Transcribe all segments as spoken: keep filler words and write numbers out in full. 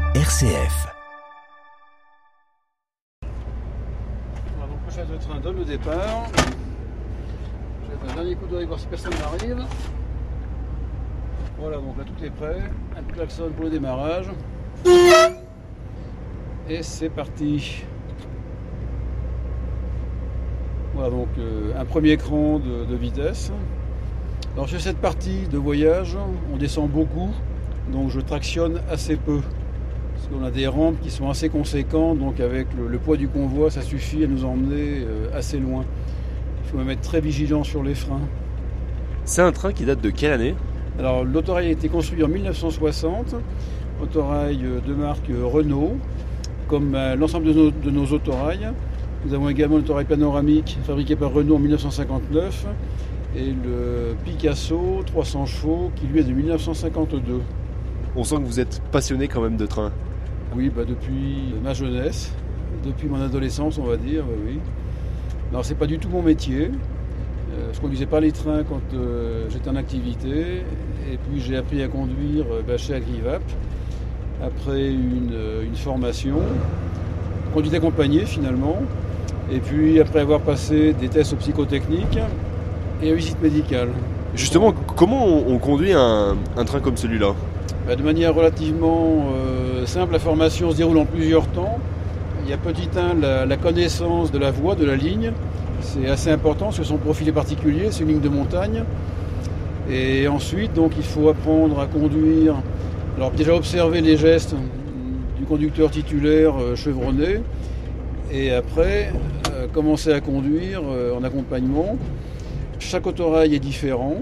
R C F. Alors, donc, prochain de train donne le départ. Je vais faire un dernier coup d'œil voir si personne n'arrive. Voilà, donc là tout est prêt. Un petit klaxon pour le démarrage. Et c'est parti. Voilà donc euh, un premier cran de, de vitesse. Alors sur cette partie de voyage, on descend beaucoup, donc je tractionne assez peu. Parce qu'on a des rampes qui sont assez conséquentes, donc avec le, le poids du convoi, ça suffit à nous emmener euh, assez loin. Il faut même être très vigilant sur les freins. C'est un train qui date de quelle année ? Alors l'autorail a été construit en mille neuf cent soixante, autorail de marque Renault, comme euh, l'ensemble de nos, de nos autorails. Nous avons également l'autorail panoramique fabriqué par Renault en mille neuf cent cinquante-neuf et le Picasso trois cents chevaux qui lui est de mille neuf cent cinquante-deux. On sent que vous êtes passionné quand même de train. Oui, bah depuis ma jeunesse, depuis mon adolescence on va dire, oui. Alors c'est pas du tout mon métier. Euh, je conduisais pas les trains quand euh, j'étais en activité et puis j'ai appris à conduire euh, bah, chez Agrivap après une, euh, une formation, conduite accompagnée finalement. Et puis après avoir passé des tests psychotechniques et une visite médicale. Justement, comment on, on conduit un, un train comme celui-là ? Bah de manière relativement euh, simple, la formation se déroule en plusieurs temps. Il y a petit un, la, la connaissance de la voie, de la ligne. C'est assez important parce que son profil est particulier, c'est une ligne de montagne. Et ensuite, donc, il faut apprendre à conduire. Alors déjà observer les gestes du conducteur titulaire euh, chevronné. Et après, euh, commencer à conduire euh, en accompagnement. Chaque autorail est différent.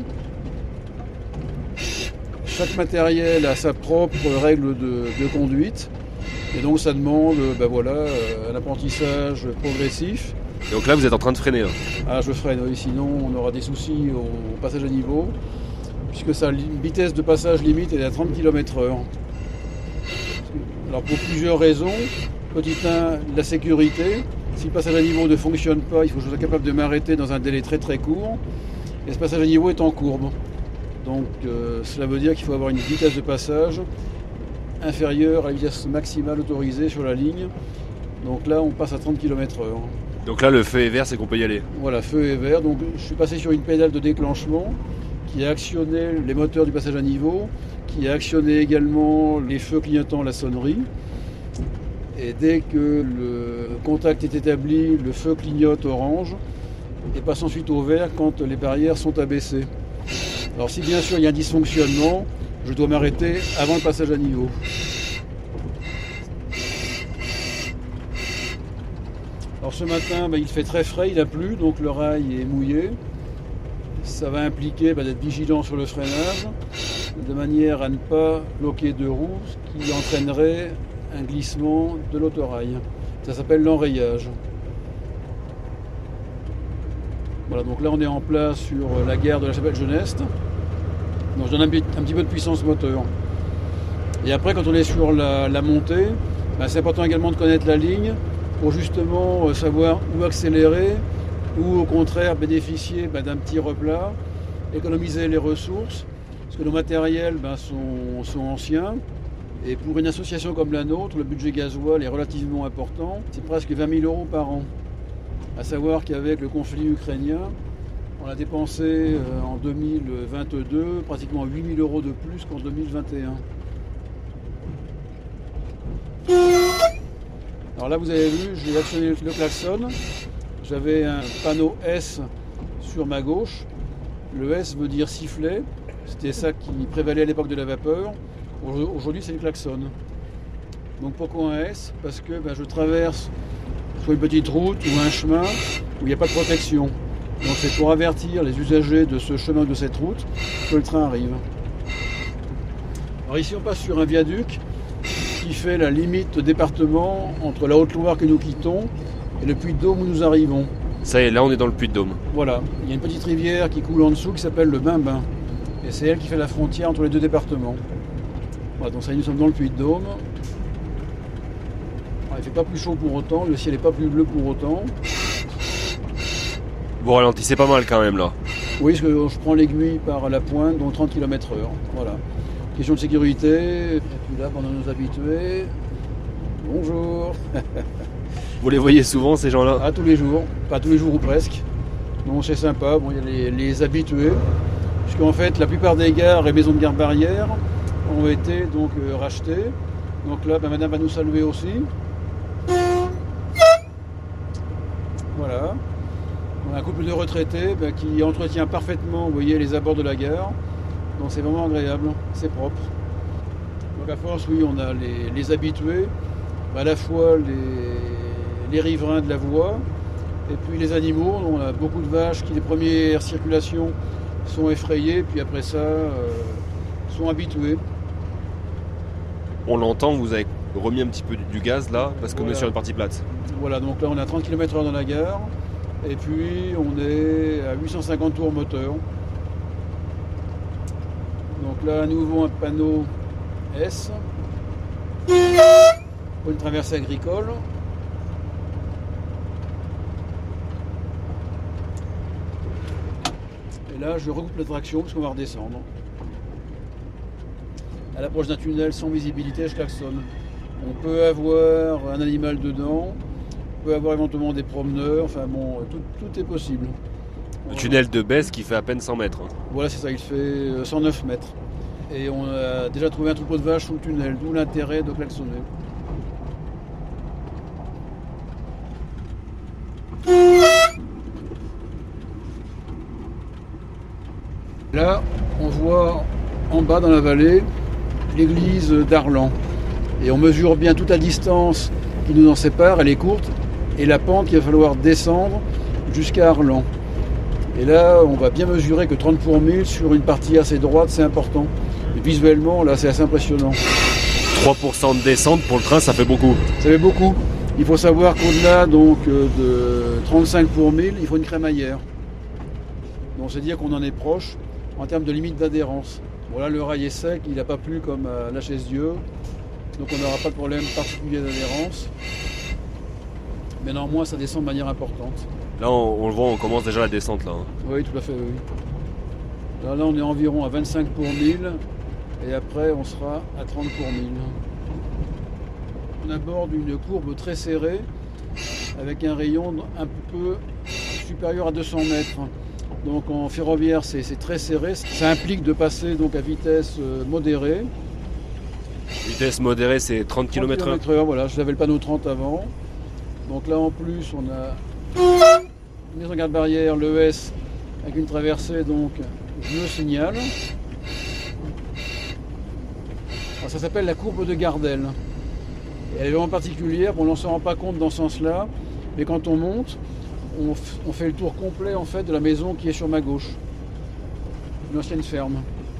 Chaque matériel a sa propre règle de, de conduite. Et donc ça demande ben voilà, euh, un apprentissage progressif. Donc là, vous êtes en train de freiner là. Ah, je freine, oui, sinon on aura des soucis au, au passage à niveau. Puisque sa vitesse de passage limite est à trente kilomètres heure. Alors pour plusieurs raisons. Petit un, la sécurité. Si le passage à niveau ne fonctionne pas, il faut que je sois capable de m'arrêter dans un délai très très court. Et ce passage à niveau est en courbe. Donc euh, cela veut dire qu'il faut avoir une vitesse de passage inférieure à la vitesse maximale autorisée sur la ligne. Donc là, on passe à trente kilomètres heure. Donc là, le feu est vert, c'est qu'on peut y aller. Voilà, feu est vert. Donc je suis passé sur une pédale de déclenchement qui a actionné les moteurs du passage à niveau, qui a actionné également les feux clignotant la sonnerie. Et dès que le contact est établi, le feu clignote orange et passe ensuite au vert quand les barrières sont abaissées. Alors si bien sûr il y a un dysfonctionnement, je dois m'arrêter avant le passage à niveau. Alors ce matin, bah, il fait très frais, il a plu, donc le rail est mouillé. Ça va impliquer bah, d'être vigilant sur le freinage, de manière à ne pas bloquer deux roues, ce qui entraînerait un glissement de l'autorail. Ça s'appelle l'enrayage. Voilà, donc là on est en place sur la gare de la Chapelle-Geneste. Donc je donne un, un petit peu de puissance moteur. Et après, quand on est sur la, la montée, ben, c'est important également de connaître la ligne pour justement savoir où accélérer ou au contraire bénéficier ben, d'un petit replat, économiser les ressources, parce que nos matériels ben, sont, sont anciens. Et pour une association comme la nôtre, le budget gasoil est relativement important. C'est presque vingt mille euros par an. À savoir qu'avec le conflit ukrainien, on a dépensé en deux mille vingt-deux pratiquement huit mille euros de plus qu'en deux mille vingt et un. Alors là, vous avez vu, j'ai actionné le klaxon. J'avais un panneau S sur ma gauche. Le S veut dire sifflet. C'était ça qui prévalait à l'époque de la vapeur. Aujourd'hui, c'est le klaxon. Donc pourquoi un S ? Parce que ben, je traverse soit une petite route ou un chemin où il n'y a pas de protection. Donc c'est pour avertir les usagers de ce chemin ou de cette route que le train arrive. Alors ici, on passe sur un viaduc qui fait la limite département entre la Haute-Loire que nous quittons et le Puy-de-Dôme où nous arrivons. Ça y est, là on est dans le Puy-de-Dôme. Voilà, il y a une petite rivière qui coule en dessous qui s'appelle le Bimbin. Et c'est elle qui fait la frontière entre les deux départements. Voilà, donc ça y est, nous sommes dans le Puy-de-Dôme. Il ne fait pas plus chaud pour autant, le ciel n'est pas plus bleu pour autant. Vous ralentissez pas mal quand même là. Oui, parce que je prends l'aiguille par la pointe, donc trente kilomètres heure. Voilà. question de sécurité. Et puis là, pendant nos habitués, bonjour. Vous les voyez souvent ces gens-là? Ah, tous les jours, pas tous les jours ou presque. Donc c'est sympa, bon, il y a les, les habitués, puisqu'en fait la plupart des gares et maisons de gare barrières ont été donc euh, rachetées. Donc là, ben, madame va nous saluer aussi. Voilà. On a un couple de retraités ben, qui entretient parfaitement, vous voyez, les abords de la gare. Donc c'est vraiment agréable, c'est propre. Donc à force, oui, on a les, les habitués, à la fois les, les riverains de la voie, et puis les animaux. On a beaucoup de vaches qui, les premières circulations, sont effrayées, puis après ça, euh, sont habituées. On l'entend, vous avez remis un petit peu du gaz là, parce qu'on Voilà. est sur une partie plate. Voilà, donc là on a trente kilomètres heure dans la gare, et puis on est à huit cent cinquante tours moteur. Donc là à nouveau un panneau S, pour une traversée agricole. Et là je recoupe la traction parce qu'on va redescendre. À l'approche d'un tunnel sans visibilité, je klaxonne. On peut avoir un animal dedans, on peut avoir éventuellement des promeneurs, enfin bon, tout, tout est possible. Le Voilà. tunnel de Besse qui fait à peine cent mètres. hein. Voilà, c'est ça, il fait cent neuf mètres. Et on a déjà trouvé un troupeau de vaches sous le tunnel, d'où l'intérêt de klaxonner. Là, on voit en bas dans la vallée l'église d'Arlan. Et on mesure bien toute la distance qui nous en sépare, elle est courte, et la pente qu'il va falloir descendre jusqu'à Arlan. Et là, on va bien mesurer que trente pour mille sur une partie assez droite, c'est important. Et visuellement, là, c'est assez impressionnant. trois pour cent de descente pour le train, ça fait beaucoup. Ça fait beaucoup. Il faut savoir qu'au-delà donc, de trente-cinq pour mille, il faut une crémaillère. Donc c'est dire qu'on en est proche en termes de limite d'adhérence. Voilà, le rail est sec, il n'a pas plu comme à la Chaise-Dieu. Donc on n'aura pas de problème particulier d'adhérence. Mais néanmoins, ça descend de manière importante. Là, on, on le voit, on commence déjà la descente là. hein. Oui, tout à fait, oui. Là, là, on est environ à vingt-cinq pour mille. Et après, on sera à trente pour mille. On aborde une courbe très serrée avec un rayon un peu supérieur à deux cents mètres. Donc en ferroviaire, c'est c'est très serré. Ça implique de passer donc à vitesse euh, modérée. Vitesse modérée, c'est trente kilomètres heure. Voilà, je l'avais le panneau trente avant. Donc là en plus, on a une maison garde barrière, le S, avec une traversée, donc je le signale. Alors, ça s'appelle la courbe de Gardel. Et elle est vraiment particulière, bon, on ne s'en rend pas compte dans ce sens-là, mais quand on monte, on, f- on fait le tour complet en fait de la maison qui est sur ma gauche. Une ancienne ferme.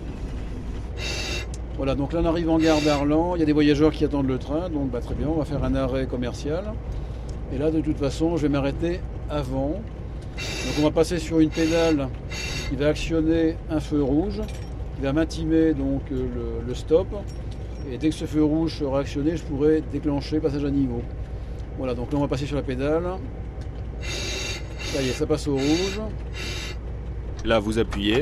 Voilà, donc là on arrive en gare d'Arlan, il y a des voyageurs qui attendent le train, donc bah, très bien, on va faire un arrêt commercial. Et là de toute façon, je vais m'arrêter avant. Donc on va passer sur une pédale qui va actionner un feu rouge, qui va m'intimer donc euh, le, le stop. Et dès que ce feu rouge sera actionné, je pourrai déclencher passage à niveau. Voilà, donc là on va passer sur la pédale. Ça y est, ça passe au rouge. Là, vous appuyez.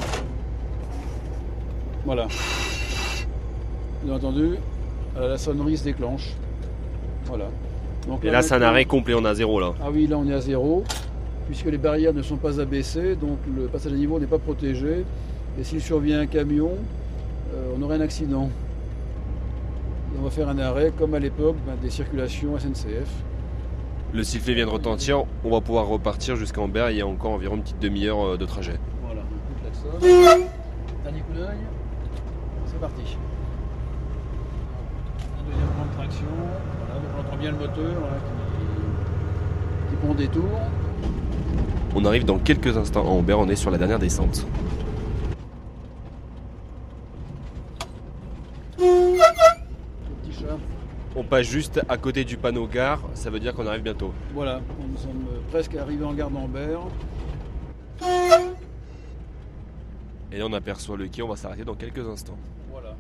Voilà. Bien entendu, euh, la sonnerie se déclenche. Voilà. Donc Et là, c'est un maintenant- arrêt complet, on est à zéro là. Ah oui, là on est à zéro, puisque les barrières ne sont pas abaissées, donc le passage à niveau n'est pas protégé. Et s'il survient un camion, euh, on aurait un accident. Et on va faire un arrêt, comme à l'époque ben, des circulations S N C F. Le sifflet vient de retentir, on va pouvoir repartir jusqu'à Ambert, il y a encore environ une petite demi-heure euh, de trajet. Voilà, un coup de klaxon. Dernier coup d'œil. C'est parti. Un deuxième plan de traction. Voilà, donc on entend bien le moteur là, qui, qui prend des tours. On arrive dans quelques instants à Ambert, on est sur la dernière descente. Le petit chat. On passe juste à côté du panneau gare, ça veut dire qu'on arrive bientôt. Voilà, nous sommes presque arrivés en gare d'Ambert. Et là on aperçoit le quai, on va s'arrêter dans quelques instants. Voilà.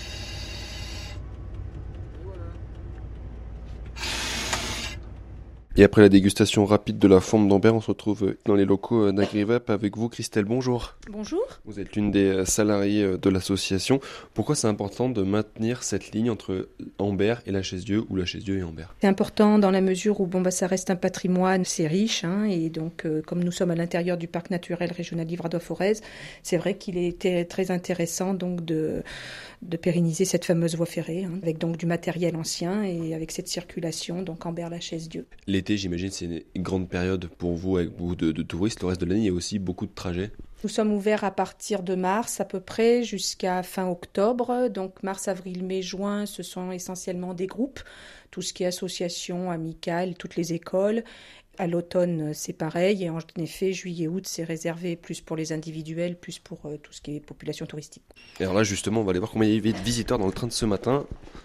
Et voilà. Et après la dégustation rapide de la fourme d'Ambert, on se retrouve dans les locaux d'AgriVep avec vous, Christelle. Bonjour. Bonjour. Vous êtes l'une des salariées de l'association. Pourquoi c'est important de maintenir cette ligne entre Ambert et la Chaise-Dieu ou la Chaise-Dieu et Ambert? C'est important dans la mesure où bon, bah, ça reste un patrimoine, c'est riche. Hein, et donc, euh, comme nous sommes à l'intérieur du parc naturel régional Livradois-Forez, c'est vrai qu'il était très intéressant donc, de, de pérenniser cette fameuse voie ferrée, hein, avec donc, du matériel ancien et avec cette circulation, donc Ambert-la Chaise-Dieu. L'été, j'imagine, c'est une grande période pour vous avec beaucoup de, de touristes. Le reste de l'année, il y a aussi beaucoup de trajets. Nous sommes ouverts à partir de mars à peu près jusqu'à fin octobre. Donc mars, avril, mai, juin, ce sont essentiellement des groupes. Tout ce qui est association, amicale, toutes les écoles. À l'automne, c'est pareil. Et en effet, juillet, août, c'est réservé plus pour les individuels, plus pour euh, tout ce qui est population touristique. Et alors là, justement, on va aller voir combien il y avait de visiteurs dans le train de ce matin.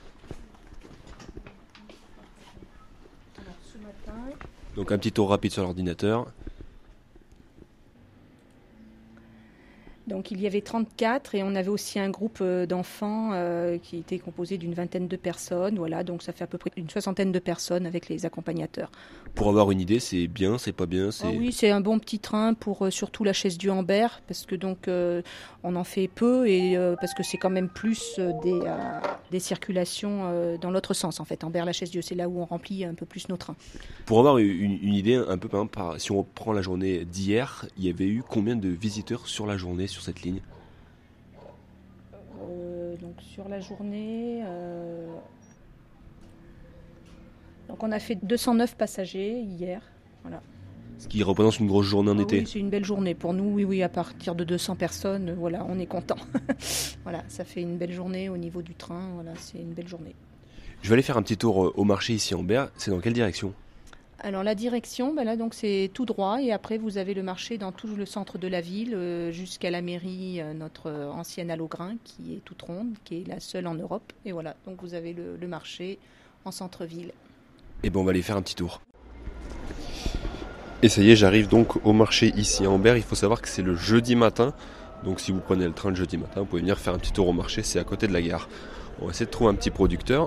Alors, ce matin... Donc un petit tour rapide sur l'ordinateur. Donc il y avait trente-quatre et on avait aussi un groupe d'enfants euh, qui était composé d'une vingtaine de personnes. Voilà, donc ça fait à peu près une soixantaine de personnes avec les accompagnateurs. Pour avoir une idée, c'est bien, c'est pas bien c'est... Ah oui, c'est un bon petit train pour euh, surtout la Chaise-Dieu Ambert parce que donc euh, on en fait peu et euh, parce que c'est quand même plus euh, des, euh, des circulations euh, dans l'autre sens en fait. Ambert la Chaise-Dieu, c'est là où on remplit un peu plus nos trains. Pour avoir une, une idée un peu par exemple, par, si on prend la journée d'hier, il y avait eu combien de visiteurs sur la journée sur cette ligne? euh, Donc sur la journée, euh... donc on a fait deux cent neuf passagers hier. Voilà. Ce qui représente une grosse journée en Ah été. Oui, c'est une belle journée pour nous. Oui, oui, à partir de deux cents personnes, voilà, on est content. Voilà, ça fait une belle journée au niveau du train. Voilà, c'est une belle journée. Je vais aller faire un petit tour au marché ici à Ambert. C'est dans quelle direction? Alors la direction, ben là donc c'est tout droit et après vous avez le marché dans tout le centre de la ville euh, jusqu'à la mairie, euh, notre ancienne Allogrin qui est toute ronde, qui est la seule en Europe. Et voilà, donc vous avez le, le marché en centre-ville. Et bon, on va aller faire un petit tour. Et ça y est, j'arrive donc au marché ici à Ambert. Il faut savoir que c'est le jeudi matin. Donc si vous prenez le train le jeudi matin, vous pouvez venir faire un petit tour au marché. C'est à côté de la gare. On va essayer de trouver un petit producteur.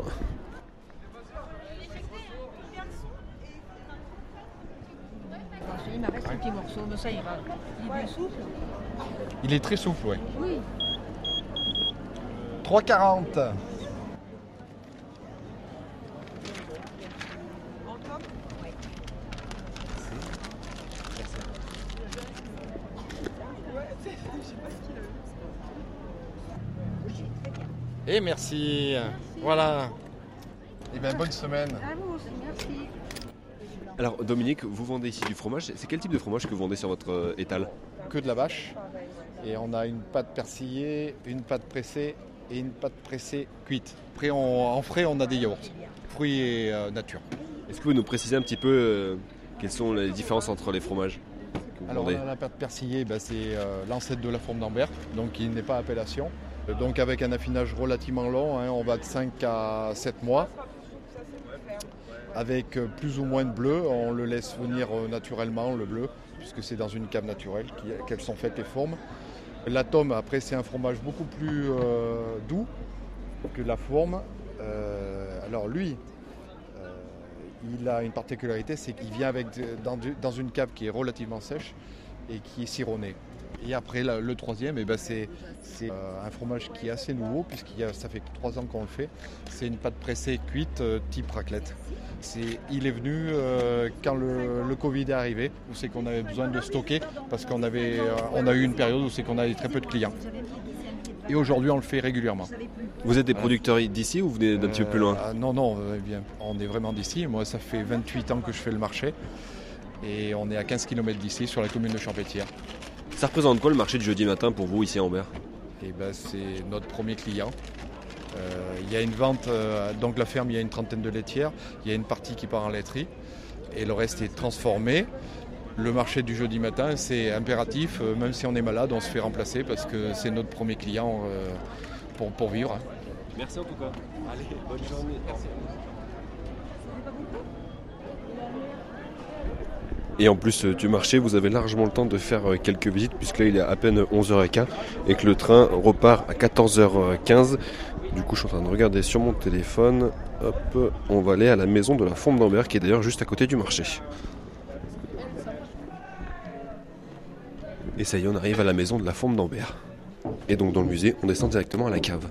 Il me reste un petit morceau, mais ça ira. Il est bien souple. Il est très souple, oui. Oui. trois quarante. Et merci. Voilà. Et bien bonne semaine. À vous aussi, merci. Alors Dominique, vous vendez ici du fromage. C'est quel type de fromage que vous vendez sur votre euh, étal? Que de la vache. Et on a une pâte persillée, une pâte pressée et une pâte pressée cuite. Après, on, en frais, on a des yaourts. Fruits et euh, nature. Est-ce que vous pouvez nous préciser un petit peu euh, quelles sont les différences entre les fromages que vous Alors vendez? on a la pâte persillée, ben, c'est euh, l'ancêtre de la fourme d'Ambert, donc qui n'est pas appellation. Euh, donc avec un affinage relativement long, hein, on va de cinq à sept mois. Avec euh, plus ou moins de bleu, on le laisse venir euh, naturellement, le bleu, puisque c'est dans une cave naturelle qui- qu'elles sont faites les fourmes. L'atome, après, c'est un fromage beaucoup plus euh, doux que la fourme. Euh, alors lui, euh, il a une particularité, c'est qu'il vient avec, de- dans, du- dans une cave qui est relativement sèche et qui est cironnée. Et après, la- le troisième, eh ben, c'est c'est, euh, un fromage qui est assez nouveau, puisqu'il y a, ça fait trois ans qu'on le fait. C'est une pâte pressée cuite euh, type raclette. C'est, il est venu euh, quand le, le Covid est arrivé, où c'est qu'on avait besoin de stocker, parce qu'on avait, euh, on a eu une période où c'est qu'on avait très peu de clients. Et aujourd'hui, on le fait régulièrement. Vous êtes des producteurs d'ici ou vous venez d'un petit peu plus loin? Euh, Non, non, euh, eh bien, on est vraiment d'ici. Moi, ça fait vingt-huit ans que je fais le marché. Et on est à quinze kilomètres d'ici, sur la commune de Champétière. Ça représente quoi le marché de jeudi matin pour vous ici à Ambert? Et ben, c'est notre premier client. Euh, il y a une vente, euh, donc la ferme, il y a une trentaine de laitières. Il y a une partie qui part en laiterie. Et le reste est transformé. Le marché du jeudi matin, c'est impératif. Euh, même si on est malade, on se fait remplacer parce que c'est notre premier client euh, pour, pour vivre. Hein. Merci en tout cas. Allez, bonne journée. Merci. Et en plus du marché, vous avez largement le temps de faire quelques visites, puisque là il est à peine onze heures quinze et que le train repart à quatorze heures quinze. Du coup, je suis en train de regarder sur mon téléphone. Hop, on va aller à la maison de la Fonte d'Ambert, qui est d'ailleurs juste à côté du marché. Et ça y est, on arrive à la maison de la Fonte d'Ambert. Et donc dans le musée, on descend directement à la cave.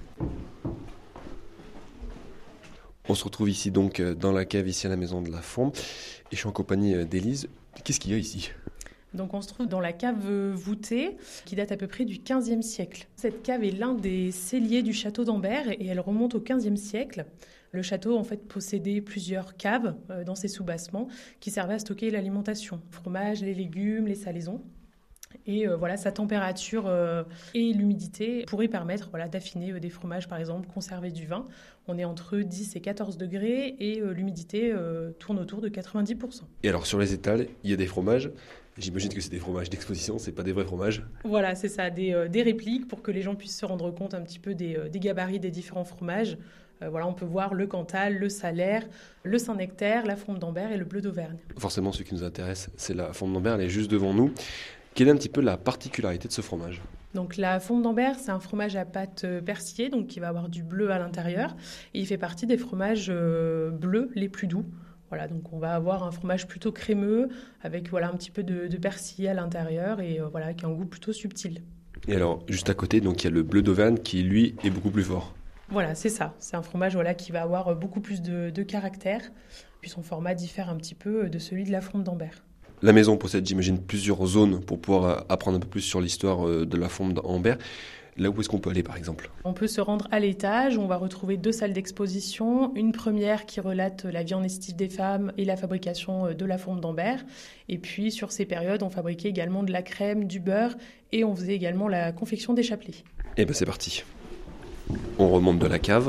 On se retrouve ici donc dans la cave, ici à la maison de la Fonte. Et je suis en compagnie d'Élise. Qu'est-ce qu'il y a ici ? Donc on se trouve dans la cave voûtée qui date à peu près du quinzième siècle. Cette cave est l'un des celliers du château d'Ambert et elle remonte au quinzième siècle. Le château en fait possédait plusieurs caves dans ses soubassements qui servaient à stocker l'alimentation, le fromage, les légumes, les salaisons. Et euh, voilà, sa température euh, et l'humidité pourraient permettre voilà, d'affiner euh, des fromages, par exemple, conserver du vin. On est entre dix et quatorze degrés et euh, l'humidité euh, tourne autour de quatre-vingt-dix pour cent. Et alors, sur les étals, il y a des fromages. J'imagine que c'est des fromages d'exposition, c'est pas des vrais fromages. Voilà, c'est ça, des, euh, des répliques pour que les gens puissent se rendre compte un petit peu des, euh, des gabarits des différents fromages. Euh, voilà, on peut voir le Cantal, le Salaire, le Saint-Nectaire, la Fonte d'Ambert et le Bleu d'Auvergne. Forcément, ce qui nous intéresse, c'est la Fonte d'Ambert, elle est juste devant nous. Quelle est un petit peu la particularité de ce fromage ? Donc la Fonte d'Ambert, c'est un fromage à pâte persillée, donc qui va avoir du bleu à l'intérieur. Et il fait partie des fromages euh, bleus les plus doux. Voilà, donc on va avoir un fromage plutôt crémeux, avec voilà, un petit peu de, de persillé à l'intérieur et euh, voilà, qui a un goût plutôt subtil. Et alors, juste à côté, donc, il y a le Bleu d'Auvergne qui, lui, est beaucoup plus fort. Voilà, c'est ça. C'est un fromage voilà, qui va avoir beaucoup plus de, de caractère. Puis son format diffère un petit peu de celui de la Fonte d'Ambert. La maison possède, j'imagine, plusieurs zones pour pouvoir apprendre un peu plus sur l'histoire de la Fonte d'Ambert. Là où est-ce qu'on peut aller, par exemple ? On peut se rendre à l'étage, où on va retrouver deux salles d'exposition. Une première qui relate la vie en estive des femmes et la fabrication de la Fonte d'Ambert. Et puis, sur ces périodes, on fabriquait également de la crème, du beurre, et on faisait également la confection des chapelets. Eh bien, c'est parti. On remonte de la cave.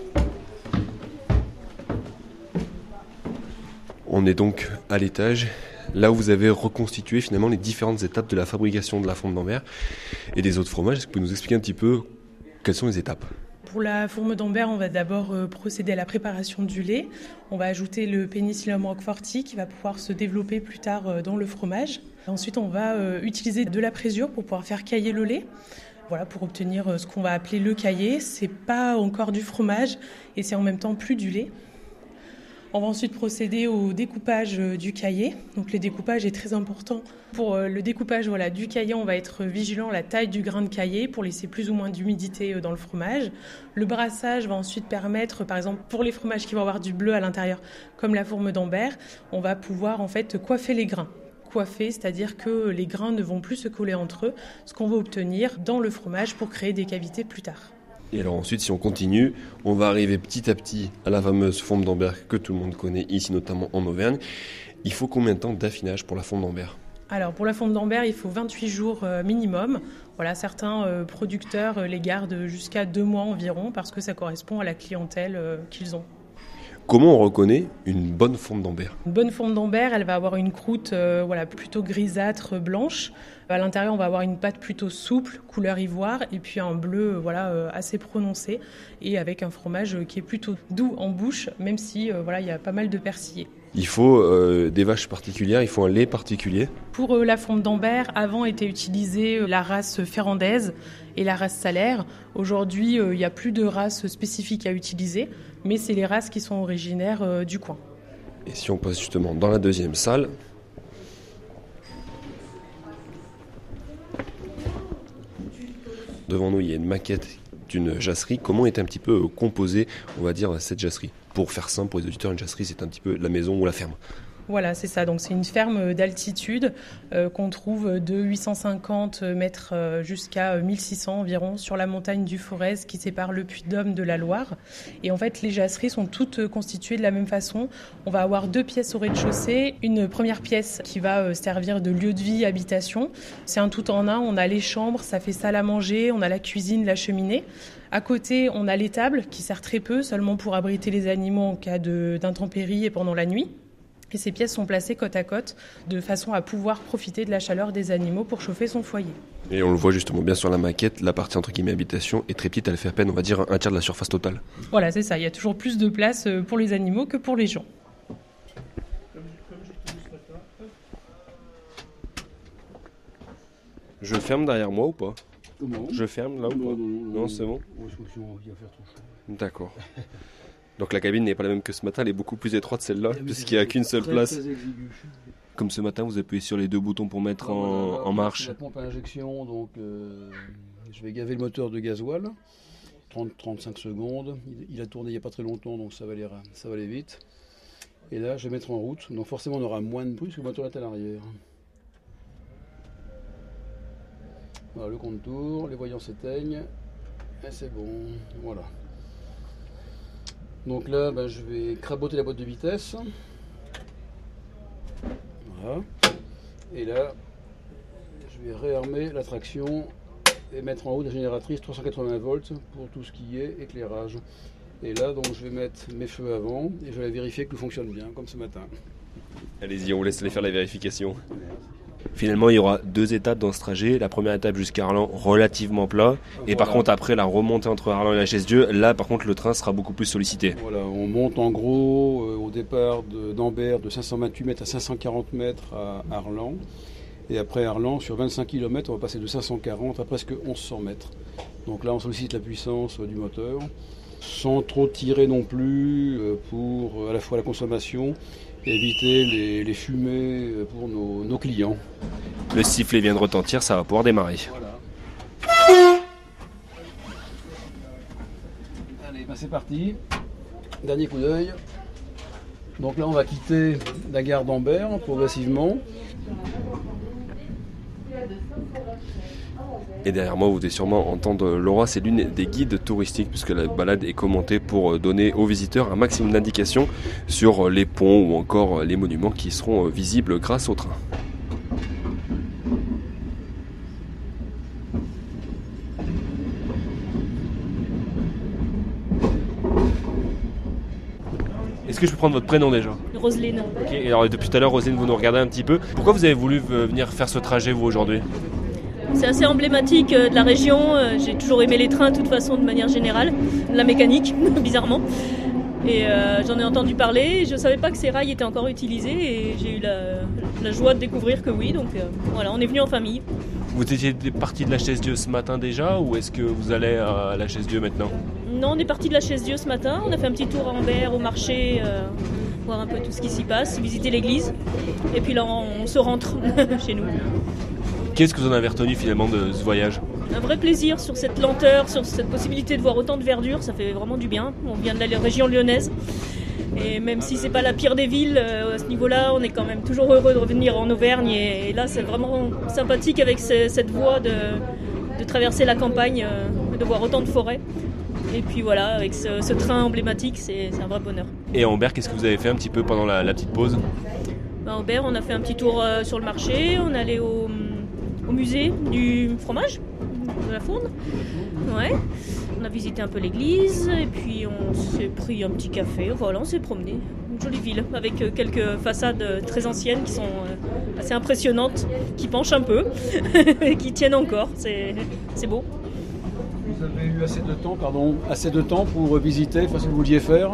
On est donc à l'étage, là où vous avez reconstitué finalement les différentes étapes de la fabrication de la Fonte d'Ambert et des autres fromages. Est-ce que vous pouvez nous expliquer un petit peu quelles sont les étapes ? Pour la Fonte d'Ambert, on va d'abord procéder à la préparation du lait. On va ajouter le Pénicillium roqueforti qui va pouvoir se développer plus tard dans le fromage. Ensuite, on va utiliser de la présure pour pouvoir faire cailler le lait. Voilà, pour obtenir ce qu'on va appeler le caillé. C'est pas encore du fromage et c'est en même temps plus du lait. On va ensuite procéder au découpage du caillé. Donc le découpage est très important. Pour le découpage voilà, du caillé, on va être vigilant à la taille du grain de caillé pour laisser plus ou moins d'humidité dans le fromage. Le brassage va ensuite permettre, par exemple, pour les fromages qui vont avoir du bleu à l'intérieur, comme la Fonte d'Ambert, on va pouvoir en fait coiffer les grains. Coiffer, c'est-à-dire que les grains ne vont plus se coller entre eux, ce qu'on va obtenir dans le fromage pour créer des cavités plus tard. Et alors ensuite, si on continue, on va arriver petit à petit à la fameuse Fonte d'Ambert que tout le monde connaît ici, notamment en Auvergne. Il faut combien de temps d'affinage pour la Fonte d'Ambert ? Alors pour la Fonte d'Ambert, il faut vingt-huit jours minimum. Voilà, certains producteurs les gardent jusqu'à deux mois environ parce que ça correspond à la clientèle qu'ils ont. Comment on reconnaît une bonne Fonte d'Ambert ? Une bonne Fonte d'Ambert, elle va avoir une croûte euh, voilà, plutôt grisâtre, blanche. À l'intérieur, on va avoir une pâte plutôt souple, couleur ivoire, et puis un bleu euh, voilà, euh, assez prononcé, et avec un fromage qui est plutôt doux en bouche, même si euh, voilà, il y a pas mal de persillé. Il faut euh, des vaches particulières, il faut un lait particulier. Pour euh, la Fonte d'Ambert, avant était utilisée euh, la race ferrandaise et la race salaire. Aujourd'hui, il euh, n'y a plus de race spécifique à utiliser, mais c'est les races qui sont originaires euh, du coin. Et si on passe justement dans la deuxième salle, devant nous il y a une maquette d'une jasserie. Comment est un petit peu composée, on va dire, cette jasserie ? Pour faire simple pour les auditeurs, une jasserie c'est un petit peu la maison ou la ferme. Voilà, c'est ça. Donc c'est une ferme d'altitude euh, qu'on trouve de huit cent cinquante mètres jusqu'à mille six cents environ sur la montagne du Forez qui sépare le Puy-de-Dôme de la Loire. Et en fait, les jasseries sont toutes constituées de la même façon. On va avoir deux pièces au rez-de-chaussée. Une première pièce qui va servir de lieu de vie, habitation. C'est un tout en un. On a les chambres, ça fait salle à manger. On a la cuisine, la cheminée. À côté, on a l'étable qui sert très peu, seulement pour abriter les animaux en cas de, d'intempéries et pendant la nuit. Et ces pièces sont placées côte à côte de façon à pouvoir profiter de la chaleur des animaux pour chauffer son foyer. Et on le voit justement bien sur la maquette, la partie entre guillemets habitation est très petite, elle fait à peine on va dire un tiers de la surface totale. Voilà, c'est ça, il y a toujours plus de place pour les animaux que pour les gens. Je ferme derrière moi ou pas? Comment? Je ferme là ou pas? Non, non, non, Non, c'est bon. Ouais, je crois qu'il y a à faire tout ça. D'accord. Donc la cabine n'est pas la même que ce matin, elle est beaucoup plus étroite celle-là, puisqu'il n'y a qu'une seule Très, place. très exigu. Comme ce matin, vous appuyez sur les deux boutons pour mettre Ah, en, voilà, en marche. c'est la pompe à injection, donc euh, je vais gaver le moteur de gasoil. trente à trente-cinq secondes. Il, il a tourné il n'y a pas très longtemps, donc ça va, aller, ça va aller vite. Et là, je vais mettre en route. Donc forcément, on aura moins de bruit parce que le moteur est à l'arrière. Voilà, le contour, les voyants s'éteignent. Et c'est bon. Voilà. Donc là, ben, je vais craboter la boîte de vitesse. Voilà. Et là, je vais réarmer la traction et mettre en haut la génératrice trois cent quatre-vingts volts pour tout ce qui est éclairage. Et là, donc, je vais mettre mes feux avant et je vais vérifier que tout fonctionne bien, comme ce matin. Allez-y, on vous laisse aller faire la vérification. Finalement, il y aura deux étapes dans ce trajet. La première étape jusqu'à Arlan, relativement plat. Et Voilà. par contre, après la remontée entre Arlan et la Chaise-Dieu, là, par contre, le train sera beaucoup plus sollicité. Voilà, on monte en gros euh, au départ de- d'Ambert de cinq cent vingt-huit mètres à cinq cent quarante mètres à Arlan. Et après Arlan, sur vingt-cinq kilomètres, on va passer de cinq cent quarante à presque mille cent mètres. Donc là, on sollicite la puissance euh, du moteur, sans trop tirer non plus euh, pour euh, à la fois la consommation et éviter les, les fumées euh, pour nos, nos clients. Le sifflet vient de retentir, ça va pouvoir démarrer. Voilà. Allez, ben c'est parti. Dernier coup d'œil. Donc là, on va quitter la gare d'Ambert progressivement. Et derrière moi, vous devez sûrement entendre Laura, c'est l'une des guides touristiques, puisque la balade est commentée pour donner aux visiteurs un maximum d'indications sur les ponts ou encore les monuments qui seront visibles grâce au train. Est-ce que je peux prendre votre prénom déjà? Roselyne. Ok, et alors depuis tout à l'heure, Roselyne, vous nous regardez un petit peu. Pourquoi vous avez voulu euh, venir faire ce trajet, vous, aujourd'hui? C'est assez emblématique euh, de la région. Euh, J'ai toujours aimé les trains de toute façon de manière générale, la mécanique bizarrement. Et euh, j'en ai entendu parler. Je ne savais pas que ces rails étaient encore utilisés et j'ai eu la, la joie de découvrir que oui. Donc euh, voilà, on est venu en famille. Vous étiez parti de la Chaise-Dieu ce matin déjà, ou est-ce que vous allez à la Chaise-Dieu maintenant? Non, on est parti de la Chaise-Dieu ce matin. On a fait un petit tour à Ambert, au marché, euh, voir un peu tout ce qui s'y passe, visiter l'église. Et puis là, on, on se rentre chez nous. Qu'est-ce que vous en avez retenu finalement de ce voyage? Un vrai plaisir sur cette lenteur, sur cette possibilité de voir autant de verdure, ça fait vraiment du bien. On vient de la région lyonnaise et même si c'est pas la pire des villes, euh, à ce niveau-là, on est quand même toujours heureux de revenir en Auvergne et, et là c'est vraiment sympathique avec ce, cette voie de, de traverser la campagne, euh, de voir autant de forêts. Et puis voilà, avec ce, ce train emblématique, c'est, c'est un vrai bonheur. Et à Ambert, qu'est-ce que vous avez fait un petit peu pendant la, la petite pause? À Ambert, on a fait un petit tour euh, sur le marché, on est allé au, au musée du fromage, de la Fourne. Ouais. On a visité un peu l'église et puis on s'est pris un petit café. Voilà, on s'est promené. Une jolie ville avec quelques façades très anciennes qui sont assez impressionnantes, qui penchent un peu et qui tiennent encore. C'est, c'est beau. Vous avez eu assez de temps, pardon, assez de temps pour visiter, enfin ce que vous vouliez faire.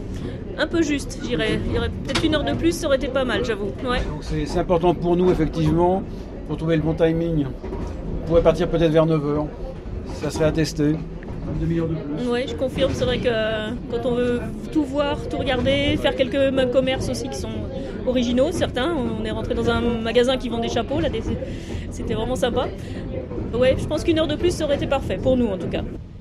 Un peu juste, j'irais. Il y aurait peut-être une heure de plus, ça aurait été pas mal, j'avoue. Ouais. Donc c'est, c'est important pour nous effectivement, pour trouver le bon timing. On pourrait partir peut-être vers neuf heures. Ça serait à tester. Une demi-heure de plus. Oui, je confirme. C'est vrai que quand on veut tout voir, tout regarder, faire quelques commerces aussi qui sont originaux, certains. On est rentré dans un magasin qui vend des chapeaux, là, des... c'était vraiment sympa. Ouais, je pense qu'une heure de plus, ça aurait été parfait, pour nous en tout cas.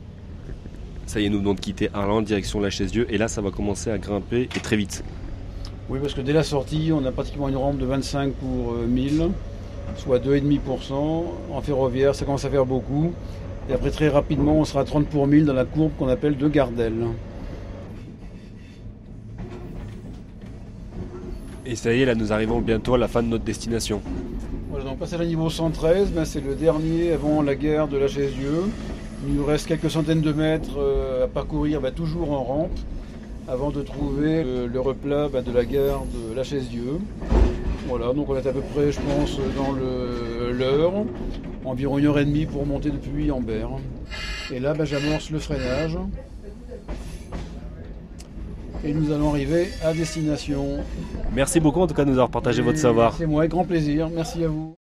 Ça y est, nous venons de quitter Arlan, direction la Chaise-Dieu, et là ça va commencer à grimper, et très vite. Oui, parce que dès la sortie, on a pratiquement une rampe de vingt-cinq pour mille, soit deux virgule cinq pour cent. En ferroviaire, ça commence à faire beaucoup. Et après, très rapidement, on sera à trente pour mille dans la courbe qu'on appelle de Gardel. Et ça y est, là nous arrivons bientôt à la fin de notre destination. Voilà, donc passage à niveau cent treize, ben, c'est le dernier avant la gare de la Chaise-Dieu. Il nous reste quelques centaines de mètres euh, à parcourir, ben, toujours en rampe, avant de trouver le, le replat ben, de la gare de la Chaise-Dieu. Voilà, donc on est à peu près, je pense, dans le, l'heure, environ une heure et demie pour monter depuis Ambert. Et là, ben, j'amorce le freinage. Et nous allons arriver à destination. Merci beaucoup en tout cas de nous avoir partagé votre savoir. C'est moi, avec grand plaisir. Merci à vous.